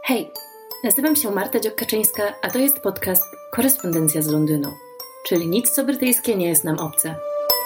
Hej, nazywam się Marta Dziokaczyńska, a to jest podcast Korespondencja z Londynu, czyli nic co brytyjskie nie jest nam obce.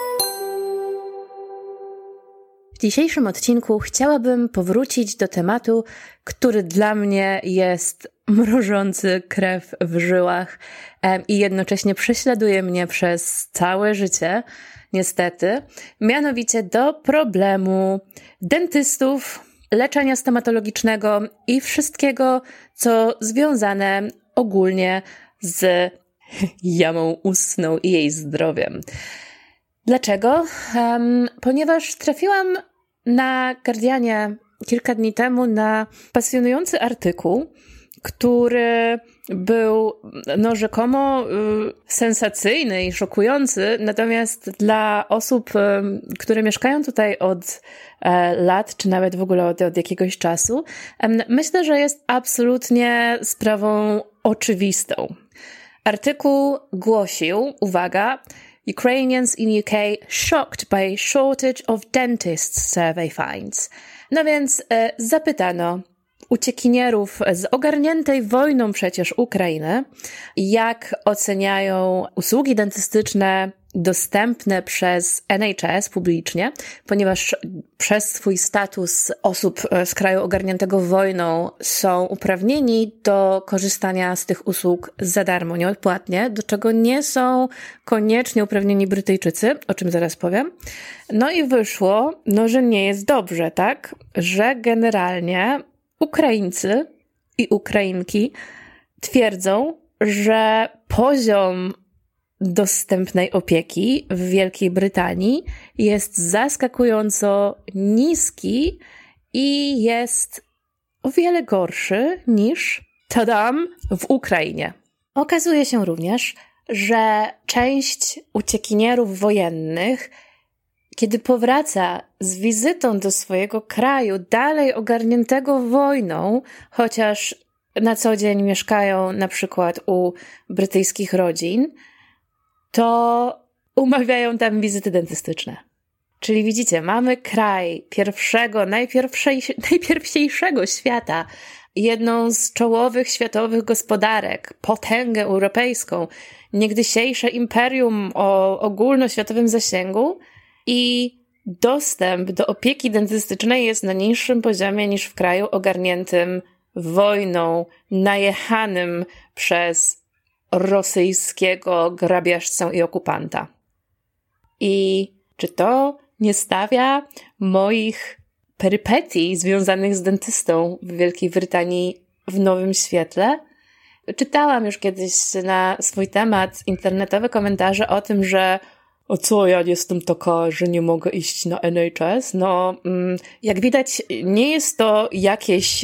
W dzisiejszym odcinku chciałabym powrócić do tematu, który dla mnie jest mrożący krew w żyłach i jednocześnie prześladuje mnie przez całe życie, niestety, mianowicie do problemu dentystów, leczenia stomatologicznego i wszystkiego, co związane ogólnie z jamą ustną i jej zdrowiem. Dlaczego? Ponieważ trafiłam na Guardianie kilka dni temu na pasjonujący artykuł, który był rzekomo sensacyjny i szokujący, natomiast dla osób, które mieszkają tutaj od lat, czy nawet w ogóle od jakiegoś czasu, myślę, że jest absolutnie sprawą oczywistą. Artykuł głosił, uwaga, Ukrainians in UK shocked by shortage of dentists, survey finds. No więc zapytano uciekinierów z ogarniętej wojną przecież Ukrainy, jak oceniają usługi dentystyczne dostępne przez NHS publicznie, ponieważ przez swój status osób z kraju ogarniętego wojną są uprawnieni do korzystania z tych usług za darmo, nieodpłatnie, do czego nie są koniecznie uprawnieni Brytyjczycy, o czym zaraz powiem. No i wyszło, że nie jest dobrze, tak? Że generalnie Ukraińcy i Ukrainki twierdzą, że poziom dostępnej opieki w Wielkiej Brytanii jest zaskakująco niski i jest o wiele gorszy niż, w Ukrainie. Okazuje się również, że część uciekinierów wojennych, kiedy powraca z wizytą do swojego kraju, dalej ogarniętego wojną, chociaż na co dzień mieszkają na przykład u brytyjskich rodzin, to umawiają tam wizyty dentystyczne. Czyli widzicie, mamy kraj najpierwsiejszego świata, jedną z czołowych światowych gospodarek, potęgę europejską, niegdysiejsze imperium o ogólnoświatowym zasięgu i dostęp do opieki dentystycznej jest na niższym poziomie niż w kraju ogarniętym wojną, najechanym przez rosyjskiego grabieżcę i okupanta. I czy to nie stawia moich perypetii związanych z dentystą w Wielkiej Brytanii w nowym świetle? Czytałam już kiedyś na swój temat internetowe komentarze o tym, że o co, ja jestem taka, że nie mogę iść na NHS? Jak widać, nie jest to jakieś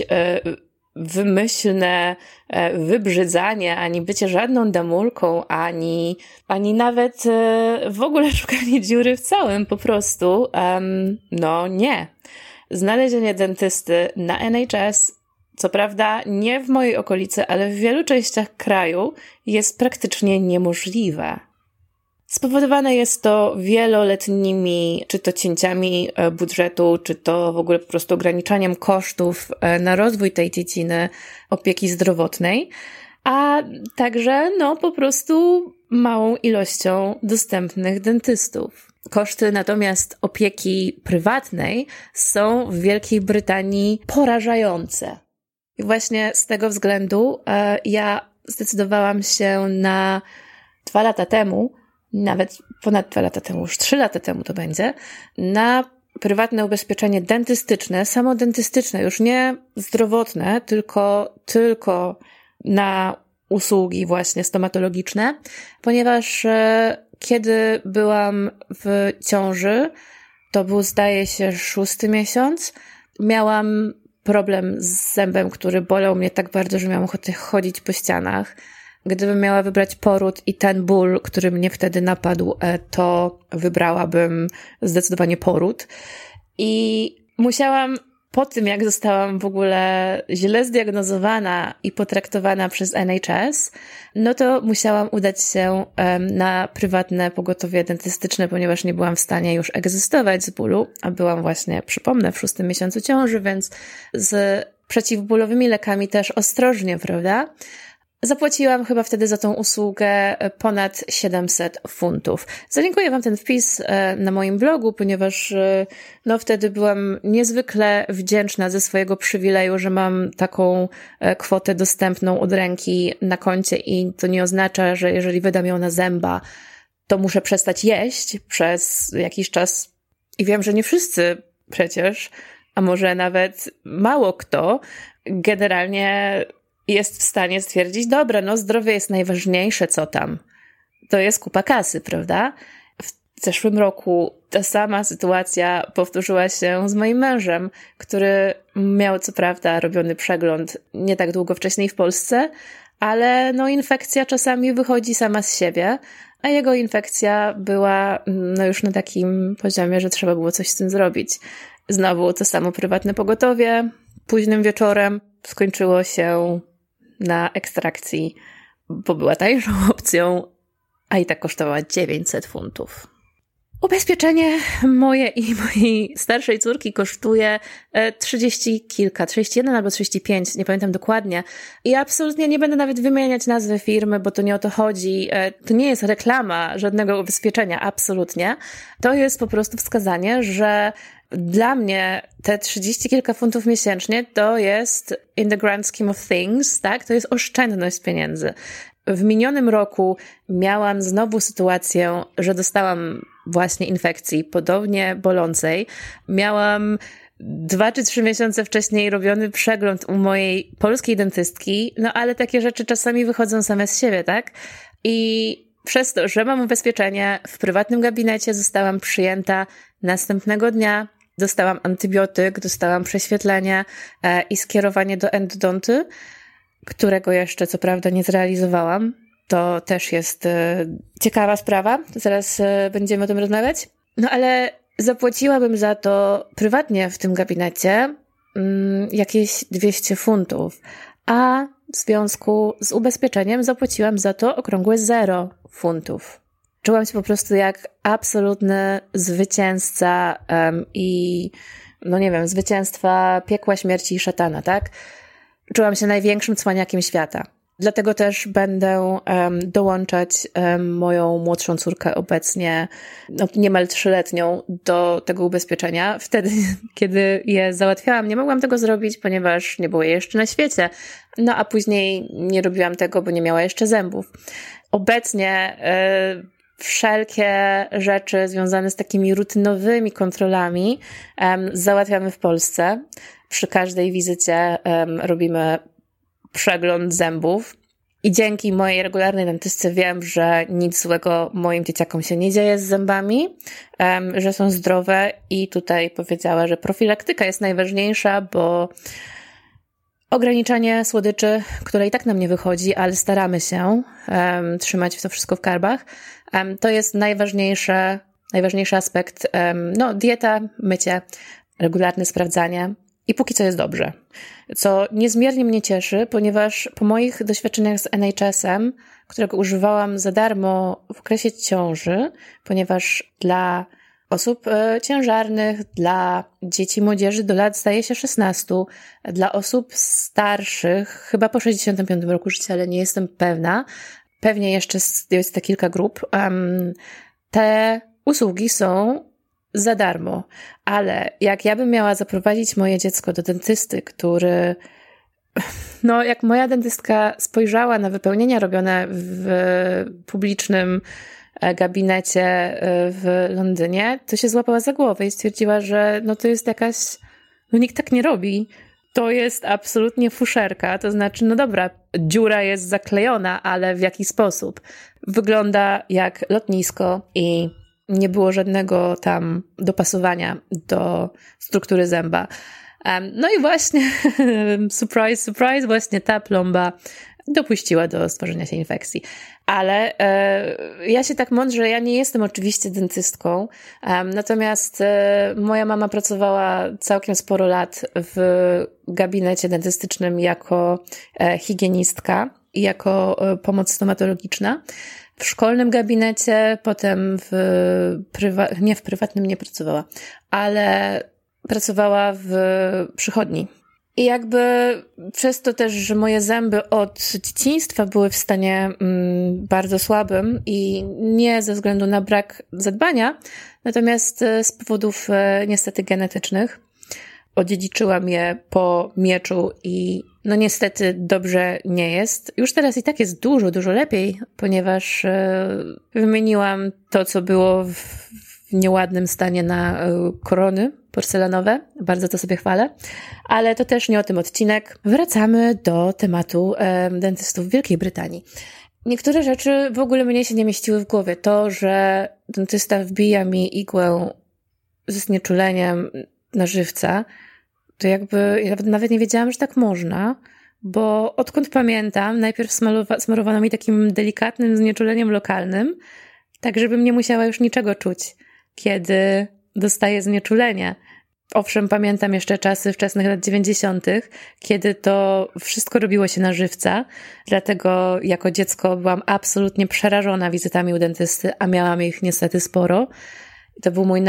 wymyślne wybrzydzanie, ani bycie żadną damulką, ani nawet w ogóle szukanie dziury w całym, po prostu nie. Znalezienie dentysty na NHS, co prawda nie w mojej okolicy, ale w wielu częściach kraju jest praktycznie niemożliwe. Spowodowane jest to wieloletnimi, czy to cięciami budżetu, czy to w ogóle po prostu ograniczaniem kosztów na rozwój tej dziedziny opieki zdrowotnej, a także po prostu małą ilością dostępnych dentystów. Koszty natomiast opieki prywatnej są w Wielkiej Brytanii porażające. I właśnie z tego względu ja zdecydowałam się na 2 lata temu, nawet ponad 2 lata temu, już 3 lata temu to będzie, na prywatne ubezpieczenie dentystyczne, samodentystyczne, już nie zdrowotne, tylko na usługi właśnie stomatologiczne, ponieważ kiedy byłam w ciąży, to był zdaje się 6. miesiąc, miałam problem z zębem, który bolał mnie tak bardzo, że miałam ochotę chodzić po ścianach. Gdybym miała wybrać poród i ten ból, który mnie wtedy napadł, to wybrałabym zdecydowanie poród. I musiałam, po tym jak zostałam w ogóle źle zdiagnozowana i potraktowana przez NHS, to musiałam udać się na prywatne pogotowie dentystyczne, ponieważ nie byłam w stanie już egzystować z bólu, a byłam właśnie, przypomnę, w 6. miesiącu ciąży, więc z przeciwbólowymi lekami też ostrożnie, prawda? Zapłaciłam chyba wtedy za tą usługę ponad 700 funtów. Zalinkuję wam ten wpis na moim blogu, ponieważ wtedy byłam niezwykle wdzięczna ze swojego przywileju, że mam taką kwotę dostępną od ręki na koncie i to nie oznacza, że jeżeli wydam ją na zęba, to muszę przestać jeść przez jakiś czas. I wiem, że nie wszyscy przecież, a może nawet mało kto generalnie jest w stanie stwierdzić, dobra, zdrowie jest najważniejsze, co tam. To jest kupa kasy, prawda? W zeszłym roku ta sama sytuacja powtórzyła się z moim mężem, który miał co prawda robiony przegląd nie tak długo wcześniej w Polsce, ale infekcja czasami wychodzi sama z siebie, a jego infekcja była już na takim poziomie, że trzeba było coś z tym zrobić. Znowu to samo prywatne pogotowie, późnym wieczorem skończyło się na ekstrakcji, bo była tańszą opcją, a i tak kosztowała 900 funtów. Ubezpieczenie moje i mojej starszej córki kosztuje 31 albo 35, nie pamiętam dokładnie. I absolutnie nie będę nawet wymieniać nazwy firmy, bo to nie o to chodzi. To nie jest reklama żadnego ubezpieczenia, absolutnie. To jest po prostu wskazanie, że dla mnie te 30 kilka funtów miesięcznie to jest in the grand scheme of things, tak? To jest oszczędność pieniędzy. W minionym roku miałam znowu sytuację, że dostałam właśnie infekcji, podobnie bolącej. Miałam 2 czy 3 miesiące wcześniej robiony przegląd u mojej polskiej dentystki, ale takie rzeczy czasami wychodzą same z siebie, tak? I przez to, że mam ubezpieczenie, w prywatnym gabinecie zostałam przyjęta następnego dnia. Dostałam antybiotyk, dostałam prześwietlenie i skierowanie do endodonty, którego jeszcze co prawda nie zrealizowałam. To też jest ciekawa sprawa. Zaraz będziemy o tym rozmawiać. Ale zapłaciłabym za to prywatnie w tym gabinecie jakieś 200 funtów, a w związku z ubezpieczeniem zapłaciłam za to okrągłe 0 funtów. Czułam się po prostu jak absolutny zwycięzca i zwycięstwa piekła, śmierci i szatana, tak? Czułam się największym cwaniakiem świata. Dlatego też będę dołączać moją młodszą córkę obecnie, niemal 3-letnią, do tego ubezpieczenia. Wtedy, kiedy je załatwiałam, nie mogłam tego zrobić, ponieważ nie było jej jeszcze na świecie. A później nie robiłam tego, bo nie miała jeszcze zębów. Obecnie wszelkie rzeczy związane z takimi rutynowymi kontrolami załatwiamy w Polsce. Przy każdej wizycie robimy przegląd zębów i dzięki mojej regularnej dentystce wiem, że nic złego moim dzieciakom się nie dzieje z zębami, że są zdrowe i tutaj powiedziała, że profilaktyka jest najważniejsza, bo ograniczanie słodyczy, które i tak nam nie wychodzi, ale staramy się trzymać to wszystko w karbach, to jest najważniejszy aspekt. Dieta, mycie, regularne sprawdzanie i póki co jest dobrze. Co niezmiernie mnie cieszy, ponieważ po moich doświadczeniach z NHS-em, którego używałam za darmo w okresie ciąży, ponieważ dla osób ciężarnych, dla dzieci i młodzieży do lat zdaje się 16, dla osób starszych, chyba po 65 roku życia, ale nie jestem pewna, pewnie jeszcze jest to kilka grup, te usługi są za darmo, ale jak ja bym miała zaprowadzić moje dziecko do dentysty, który, jak moja dentystka spojrzała na wypełnienia robione w publicznym gabinecie w Londynie, to się złapała za głowę i stwierdziła, że to jest jakaś, nikt tak nie robi. To jest absolutnie fuszerka, to znaczy, dobra, dziura jest zaklejona, ale w jaki sposób? Wygląda jak lotnisko i nie było żadnego tam dopasowania do struktury zęba. I właśnie, surprise, surprise, właśnie ta plomba dopuściła do stworzenia się infekcji. Ale ja się tak mądrze, ja nie jestem oczywiście dentystką, natomiast moja mama pracowała całkiem sporo lat w gabinecie dentystycznym jako higienistka i jako pomoc stomatologiczna. W szkolnym gabinecie, potem w prywatnym nie pracowała, ale pracowała w przychodni. I jakby przez to też, że moje zęby od dzieciństwa były w stanie bardzo słabym i nie ze względu na brak zadbania, natomiast z powodów niestety genetycznych. Odziedziczyłam je po mieczu i no niestety dobrze nie jest. Już teraz i tak jest dużo, dużo lepiej, ponieważ wymieniłam to, co było w nieładnym stanie na korony porcelanowe. Bardzo to sobie chwalę. Ale to też nie o tym odcinek. Wracamy do tematu dentystów w Wielkiej Brytanii. Niektóre rzeczy w ogóle mnie się nie mieściły w głowie. To, że dentysta wbija mi igłę ze znieczuleniem na żywca, to jakby ja nawet nie wiedziałam, że tak można, bo odkąd pamiętam, najpierw smarowano mi takim delikatnym znieczuleniem lokalnym, tak żebym nie musiała już niczego czuć, kiedy dostaję znieczulenie. Owszem, pamiętam jeszcze czasy wczesnych lat 90., kiedy to wszystko robiło się na żywca, dlatego jako dziecko byłam absolutnie przerażona wizytami u dentysty, a miałam ich niestety sporo. To był mój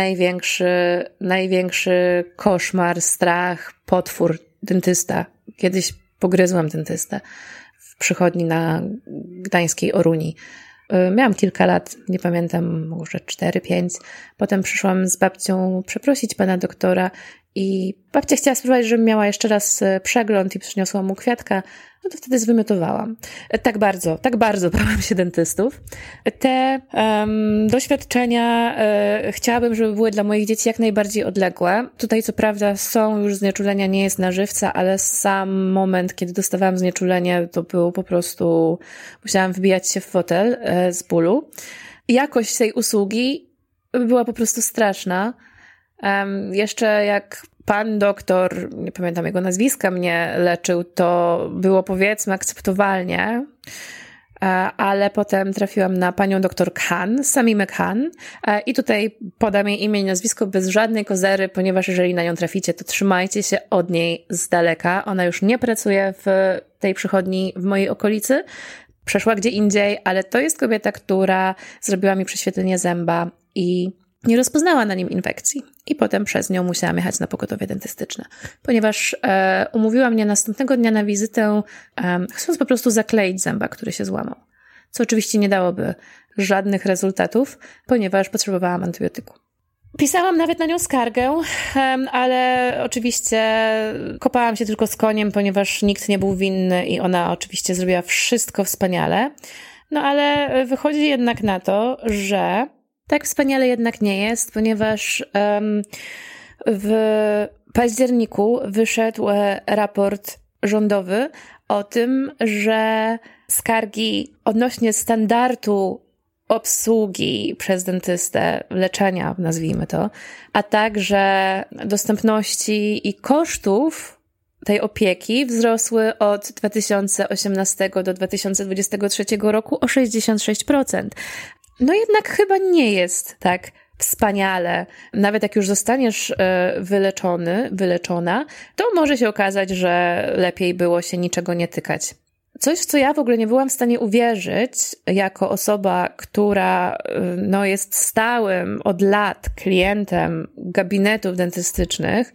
największy koszmar, strach, potwór, dentysta. Kiedyś pogryzłam dentystę w przychodni na gdańskiej Oruni. Miałam kilka lat, nie pamiętam, może 4-5. Potem przyszłam z babcią przeprosić pana doktora i babcia chciała spróbować, żebym miała jeszcze raz przegląd i przyniosła mu kwiatka. No to wtedy zwymiotowałam. Tak bardzo bałam się dentystów. Te doświadczenia chciałabym, żeby były dla moich dzieci jak najbardziej odległe. Tutaj co prawda są już znieczulenia, nie jest na żywca, ale sam moment, kiedy dostawałam znieczulenie, to był po prostu... Musiałam wbijać się w fotel z bólu. Jakość tej usługi była po prostu straszna. Jeszcze jak pan doktor, nie pamiętam jego nazwiska, mnie leczył, to było powiedzmy akceptowalnie, ale potem trafiłam na panią doktor Khan, Samimę Khan, i tutaj podam jej imię i nazwisko bez żadnej kozery, ponieważ jeżeli na nią traficie, to trzymajcie się od niej z daleka. Ona już nie pracuje w tej przychodni w mojej okolicy, przeszła gdzie indziej, ale to jest kobieta, która zrobiła mi prześwietlenie zęba i nie rozpoznała na nim infekcji. I potem przez nią musiałam jechać na pogotowie dentystyczne, ponieważ umówiła mnie następnego dnia na wizytę, chcąc po prostu zakleić zęba, który się złamał. Co oczywiście nie dałoby żadnych rezultatów, ponieważ potrzebowałam antybiotyku. Pisałam nawet na nią skargę, ale oczywiście kopałam się tylko z koniem, ponieważ nikt nie był winny i ona oczywiście zrobiła wszystko wspaniale. No ale wychodzi jednak na to, że tak wspaniale jednak nie jest, ponieważ w październiku wyszedł raport rządowy o tym, że skargi odnośnie standardu obsługi przez dentystę, leczenia, nazwijmy to, a także dostępności i kosztów tej opieki wzrosły od 2018 do 2023 roku o 66%. No jednak chyba nie jest tak wspaniale. Nawet jak już zostaniesz wyleczona, to może się okazać, że lepiej było się niczego nie tykać. Coś, w co ja w ogóle nie byłam w stanie uwierzyć, jako osoba, która jest stałym od lat klientem gabinetów dentystycznych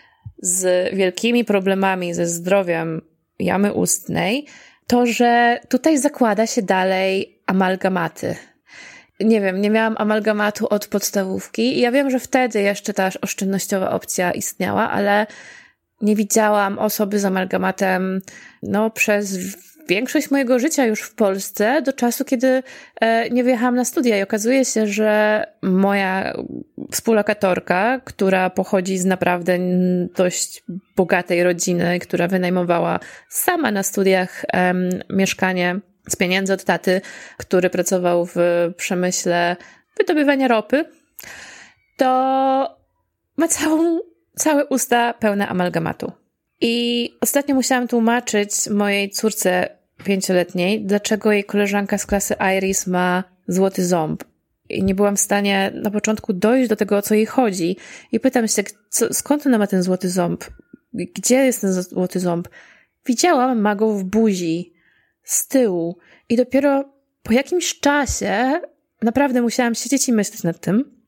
z wielkimi problemami ze zdrowiem jamy ustnej, to, że tutaj zakłada się dalej amalgamaty. Nie wiem, nie miałam amalgamatu od podstawówki i ja wiem, że wtedy jeszcze ta oszczędnościowa opcja istniała, ale nie widziałam osoby z amalgamatem przez większość mojego życia już w Polsce, do czasu, kiedy nie wyjechałam na studia i okazuje się, że moja współlokatorka, która pochodzi z naprawdę dość bogatej rodziny, która wynajmowała sama na studiach mieszkanie z pieniędzy od taty, który pracował w przemyśle wydobywania ropy, to ma całe usta pełne amalgamatu. I ostatnio musiałam tłumaczyć mojej córce 5-letniej, dlaczego jej koleżanka z klasy Iris ma złoty ząb. I nie byłam w stanie na początku dojść do tego, o co jej chodzi. I pytam się, skąd ona ma ten złoty ząb? Gdzie jest ten złoty ząb? Widziałam, ma go w buzi, z tyłu. I dopiero po jakimś czasie naprawdę musiałam siedzieć i myśleć nad tym.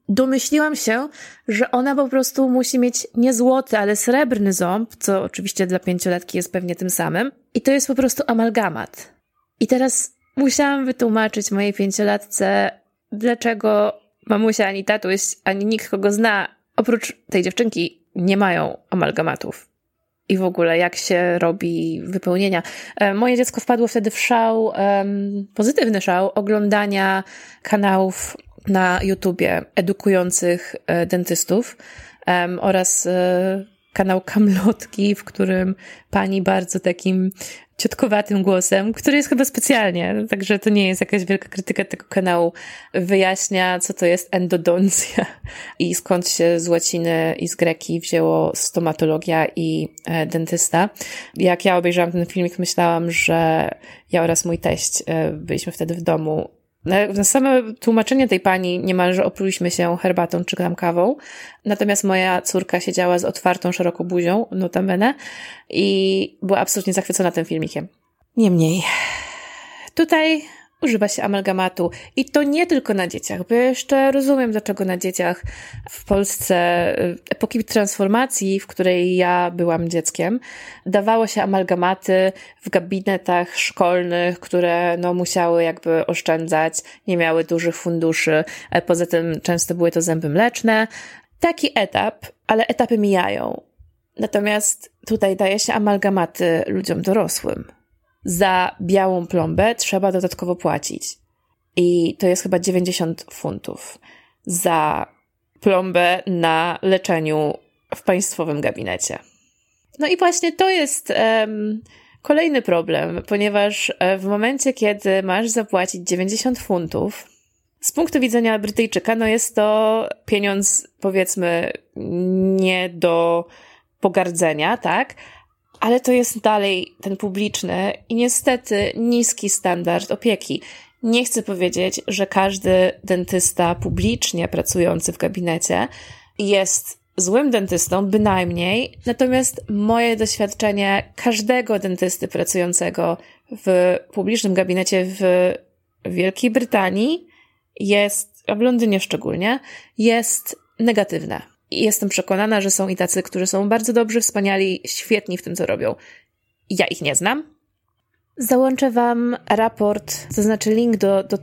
domyśliłam się, że ona po prostu musi mieć nie złoty, ale srebrny ząb, co oczywiście dla 5-latki jest pewnie tym samym. I to jest po prostu amalgamat. I teraz musiałam wytłumaczyć mojej 5-latce, dlaczego mamusia, ani tatuś, ani nikt, kogo zna, oprócz tej dziewczynki, nie mają amalgamatów. I w ogóle jak się robi wypełnienia. Moje dziecko wpadło wtedy w szał, pozytywny szał oglądania kanałów na YouTubie edukujących dentystów oraz kanał Kamlotki, w którym pani bardzo takim ciotkowatym głosem, który jest chyba specjalnie, także to nie jest jakaś wielka krytyka tego kanału, wyjaśnia, co to jest endodoncja i skąd się z łaciny i z greki wzięło stomatologia i dentysta. Jak ja obejrzałam ten filmik, myślałam, że ja oraz mój teść byliśmy wtedy w domu. Na same tłumaczenie tej pani niemalże opluliśmy się herbatą czy tam kawą. Natomiast moja córka siedziała z otwartą szeroko buzią, notabene, i była absolutnie zachwycona tym filmikiem. Niemniej, tutaj używa się amalgamatu i to nie tylko na dzieciach, bo ja jeszcze rozumiem, dlaczego na dzieciach w Polsce epoki transformacji, w której ja byłam dzieckiem, dawało się amalgamaty w gabinetach szkolnych, które musiały jakby oszczędzać, nie miały dużych funduszy, poza tym często były to zęby mleczne. Taki etap, ale etapy mijają. Natomiast tutaj daje się amalgamaty ludziom dorosłym. Za białą plombę trzeba dodatkowo płacić. I to jest chyba 90 funtów za plombę na leczeniu w państwowym gabinecie. No i właśnie to jest kolejny problem, ponieważ w momencie, kiedy masz zapłacić 90 funtów, z punktu widzenia Brytyjczyka, jest to pieniądz, powiedzmy, nie do pogardzenia, tak? Ale to jest dalej ten publiczny i niestety niski standard opieki. Nie chcę powiedzieć, że każdy dentysta publicznie pracujący w gabinecie jest złym dentystą, bynajmniej. Natomiast moje doświadczenie każdego dentysty pracującego w publicznym gabinecie w Wielkiej Brytanii jest, a w Londynie szczególnie, jest negatywne. I jestem przekonana, że są i tacy, którzy są bardzo dobrzy, wspaniali, świetni w tym, co robią. Ja ich nie znam. Załączę wam raport, to znaczy link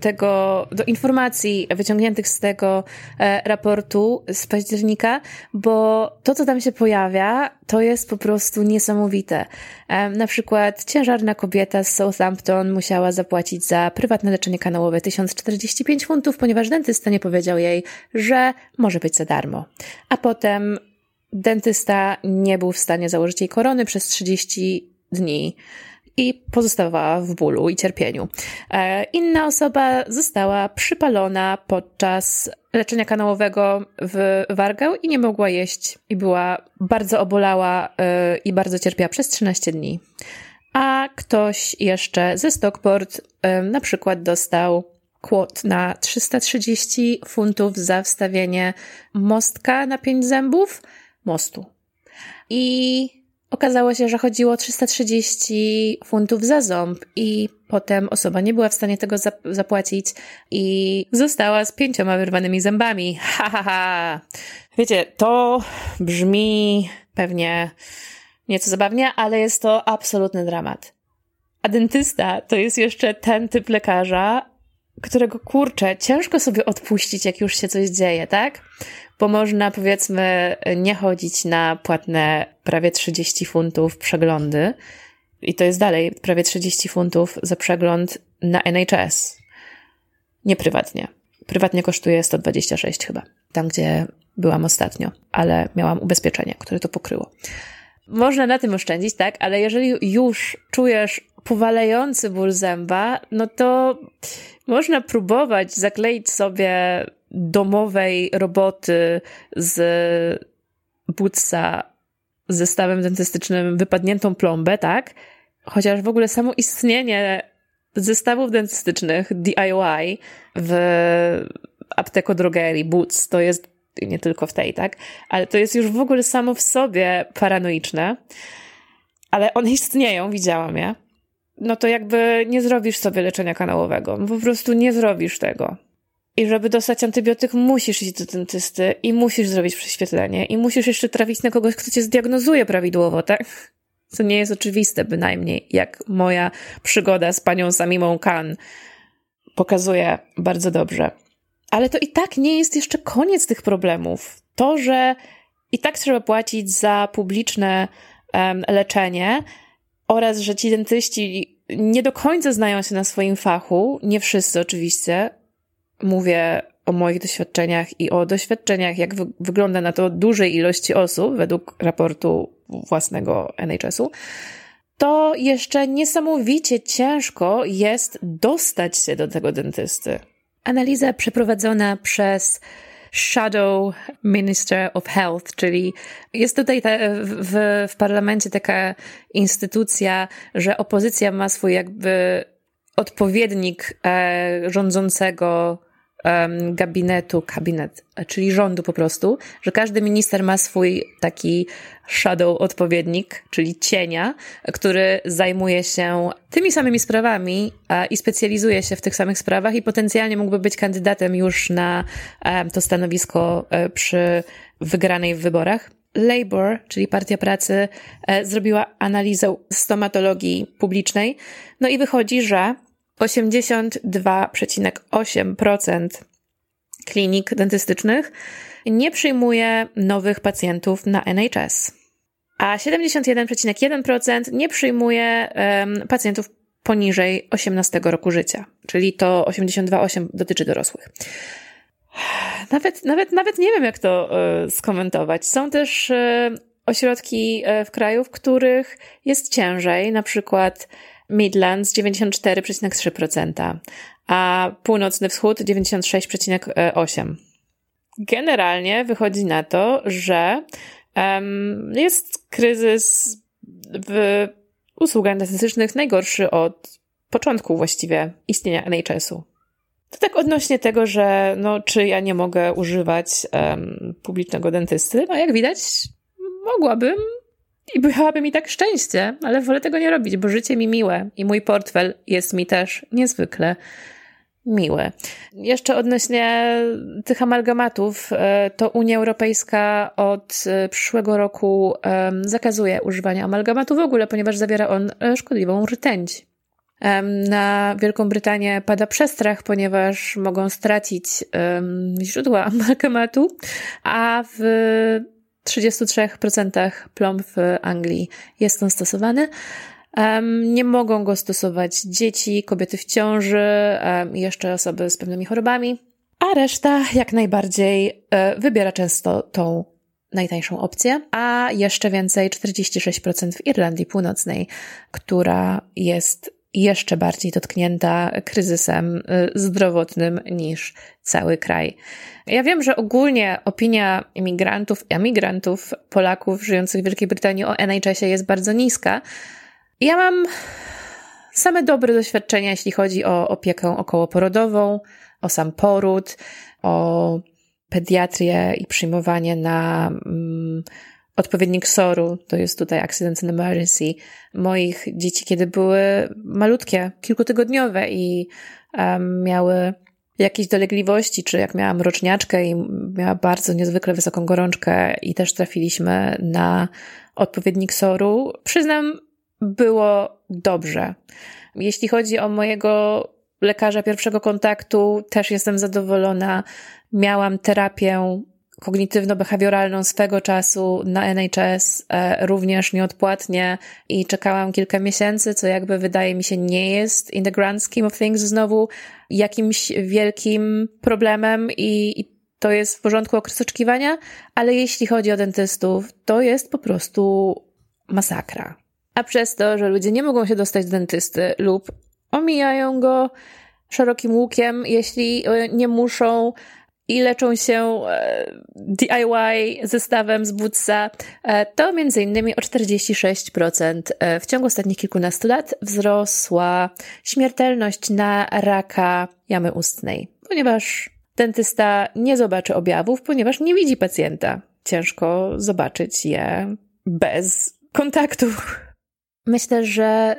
do informacji wyciągniętych z tego raportu z października, bo to, co tam się pojawia, to jest po prostu niesamowite. Na przykład ciężarna kobieta z Southampton musiała zapłacić za prywatne leczenie kanałowe 1045 funtów, ponieważ dentysta nie powiedział jej, że może być za darmo. A potem dentysta nie był w stanie założyć jej korony przez 30 dni. I pozostawała w bólu i cierpieniu. Inna osoba została przypalona podczas leczenia kanałowego w Wargał i nie mogła jeść i była bardzo obolała i bardzo cierpiała przez 13 dni. A ktoś jeszcze ze Stockport na przykład dostał quote na 330 funtów za wstawienie mostka na 5 zębów mostu. I okazało się, że chodziło o 330 funtów za ząb i potem osoba nie była w stanie tego zapłacić i została z 5 wyrwanymi zębami. Ha, ha, ha. Wiecie, to brzmi pewnie nieco zabawnie, ale jest to absolutny dramat. A dentysta to jest jeszcze ten typ lekarza, którego, kurczę, ciężko sobie odpuścić, jak już się coś dzieje, tak? Bo można, powiedzmy, nie chodzić na płatne prawie 30 funtów przeglądy i to jest dalej prawie 30 funtów za przegląd na NHS. Nie prywatnie. Prywatnie kosztuje 126 chyba, tam gdzie byłam ostatnio, ale miałam ubezpieczenie, które to pokryło. Można na tym oszczędzić, tak? Ale jeżeli już czujesz powalający ból zęba, no to można próbować zakleić sobie domowej roboty z Bootsa z zestawem dentystycznym wypadniętą plombę, tak? Chociaż w ogóle samo istnienie zestawów dentystycznych DIY w aptekodrogerii Boots to jest, nie tylko w tej, tak? Ale to jest już w ogóle samo w sobie paranoiczne. Ale one istnieją, widziałam je. No to jakby nie zrobisz sobie leczenia kanałowego. Po prostu nie zrobisz tego. I żeby dostać antybiotyk, musisz iść do dentysty i musisz zrobić prześwietlenie i musisz jeszcze trafić na kogoś, kto cię zdiagnozuje prawidłowo, tak? Co nie jest oczywiste bynajmniej, jak moja przygoda z panią Samimą Khan pokazuje bardzo dobrze. Ale to i tak nie jest jeszcze koniec tych problemów. To, że i tak trzeba płacić za publiczne leczenie oraz, że ci dentyści nie do końca znają się na swoim fachu, nie wszyscy oczywiście, mówię o moich doświadczeniach i o doświadczeniach, jak wygląda na to dużej ilości osób, według raportu własnego NHS-u, to jeszcze niesamowicie ciężko jest dostać się do tego dentysty. Analiza przeprowadzona przez Shadow Minister of Health, czyli jest tutaj w parlamencie taka instytucja, że opozycja ma swój jakby odpowiednik rządzącego kabinet, czyli rządu po prostu, że każdy minister ma swój taki shadow odpowiednik, czyli cienia, który zajmuje się tymi samymi sprawami i specjalizuje się w tych samych sprawach i potencjalnie mógłby być kandydatem już na to stanowisko przy wygranej w wyborach. Labour, czyli Partia Pracy, zrobiła analizę stomatologii publicznej, no i wychodzi, że 82,8% klinik dentystycznych nie przyjmuje nowych pacjentów na NHS, a 71,1% nie przyjmuje pacjentów poniżej 18 roku życia, czyli to 82,8% dotyczy dorosłych. Nawet nie wiem, jak to skomentować. Są też ośrodki w kraju, w których jest ciężej, na przykład Midlands 94,3%, a północny wschód 96,8%. Generalnie wychodzi na to, że jest kryzys w usługach dentystycznych najgorszy od początku właściwie istnienia NHS-u. To tak odnośnie tego, że czy ja nie mogę używać publicznego dentysty, jak widać mogłabym i byłaby mi tak szczęście, ale wolę tego nie robić, bo życie mi miłe i mój portfel jest mi też niezwykle miły. Jeszcze odnośnie tych amalgamatów, to Unia Europejska od przyszłego roku zakazuje używania amalgamatu w ogóle, ponieważ zawiera on szkodliwą rtęć. Na Wielką Brytanię pada przestrach, ponieważ mogą stracić źródła amalgamatu, a w 33% plomb w Anglii jest on stosowany. Nie mogą go stosować dzieci, kobiety w ciąży i jeszcze osoby z pewnymi chorobami, a reszta jak najbardziej wybiera często tą najtańszą opcję, a jeszcze więcej 46% w Irlandii Północnej, która jest jeszcze bardziej dotknięta kryzysem zdrowotnym niż cały kraj. Ja wiem, że ogólnie opinia imigrantów i emigrantów, Polaków żyjących w Wielkiej Brytanii o NHS-ie jest bardzo niska. Ja mam same dobre doświadczenia, jeśli chodzi o opiekę okołoporodową, o sam poród, o pediatrię i przyjmowanie na odpowiednik SOR-u, to jest tutaj Accident and Emergency, moich dzieci, kiedy były malutkie, kilkutygodniowe i miały jakieś dolegliwości, czy jak miałam roczniaczkę i miała bardzo niezwykle wysoką gorączkę i też trafiliśmy na odpowiednik SOR-u, przyznam, było dobrze. Jeśli chodzi o mojego lekarza pierwszego kontaktu, też jestem zadowolona. Miałam terapię kognitywno-behawioralną swego czasu na NHS, również nieodpłatnie i czekałam kilka miesięcy, co jakby wydaje mi się nie jest in the grand scheme of things znowu jakimś wielkim problemem i to jest w porządku okres oczekiwania, ale jeśli chodzi o dentystów, to jest po prostu masakra. A przez to, że ludzie nie mogą się dostać do dentysty lub omijają go szerokim łukiem, jeśli nie muszą i leczą się DIY zestawem z Bootsa, to między innymi o 46% w ciągu ostatnich kilkunastu lat wzrosła śmiertelność na raka jamy ustnej, ponieważ dentysta nie zobaczy objawów, ponieważ nie widzi pacjenta. Ciężko zobaczyć je bez kontaktu. Myślę, że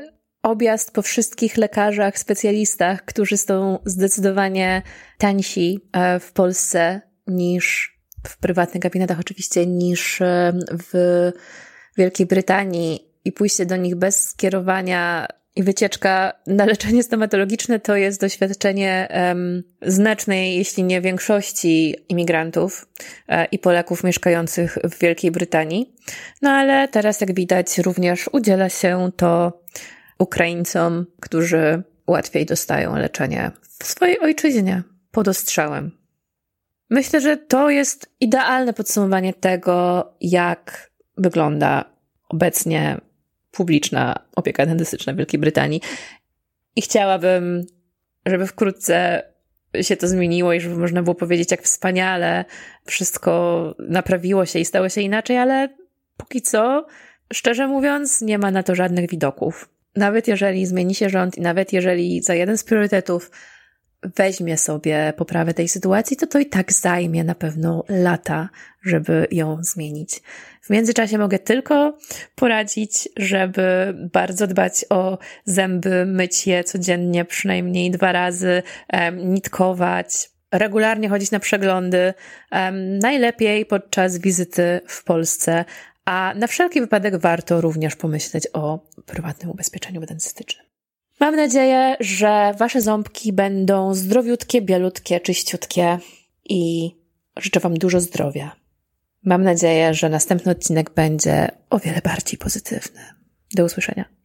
objazd po wszystkich lekarzach, specjalistach, którzy są zdecydowanie tańsi w Polsce niż w prywatnych gabinetach oczywiście, niż w Wielkiej Brytanii i pójście do nich bez skierowania i wycieczka na leczenie stomatologiczne to jest doświadczenie znacznej, jeśli nie większości imigrantów i Polaków mieszkających w Wielkiej Brytanii. No ale teraz, jak widać, również udziela się to Ukraińcom, którzy łatwiej dostają leczenie w swojej ojczyźnie pod ostrzałem. Myślę, że to jest idealne podsumowanie tego, jak wygląda obecnie publiczna opieka dentystyczna w Wielkiej Brytanii. I chciałabym, żeby wkrótce się to zmieniło i żeby można było powiedzieć, jak wspaniale wszystko naprawiło się i stało się inaczej, ale póki co, szczerze mówiąc, nie ma na to żadnych widoków. Nawet jeżeli zmieni się rząd i nawet jeżeli za jeden z priorytetów weźmie sobie poprawę tej sytuacji, to i tak zajmie na pewno lata, żeby ją zmienić. W międzyczasie mogę tylko poradzić, żeby bardzo dbać o zęby, myć je codziennie przynajmniej 2 razy, nitkować, regularnie chodzić na przeglądy, najlepiej podczas wizyty w Polsce, a na wszelki wypadek warto również pomyśleć o prywatnym ubezpieczeniu dentystycznym. Mam nadzieję, że wasze ząbki będą zdrowiutkie, bielutkie, czyściutkie i życzę wam dużo zdrowia. Mam nadzieję, że następny odcinek będzie o wiele bardziej pozytywny. Do usłyszenia.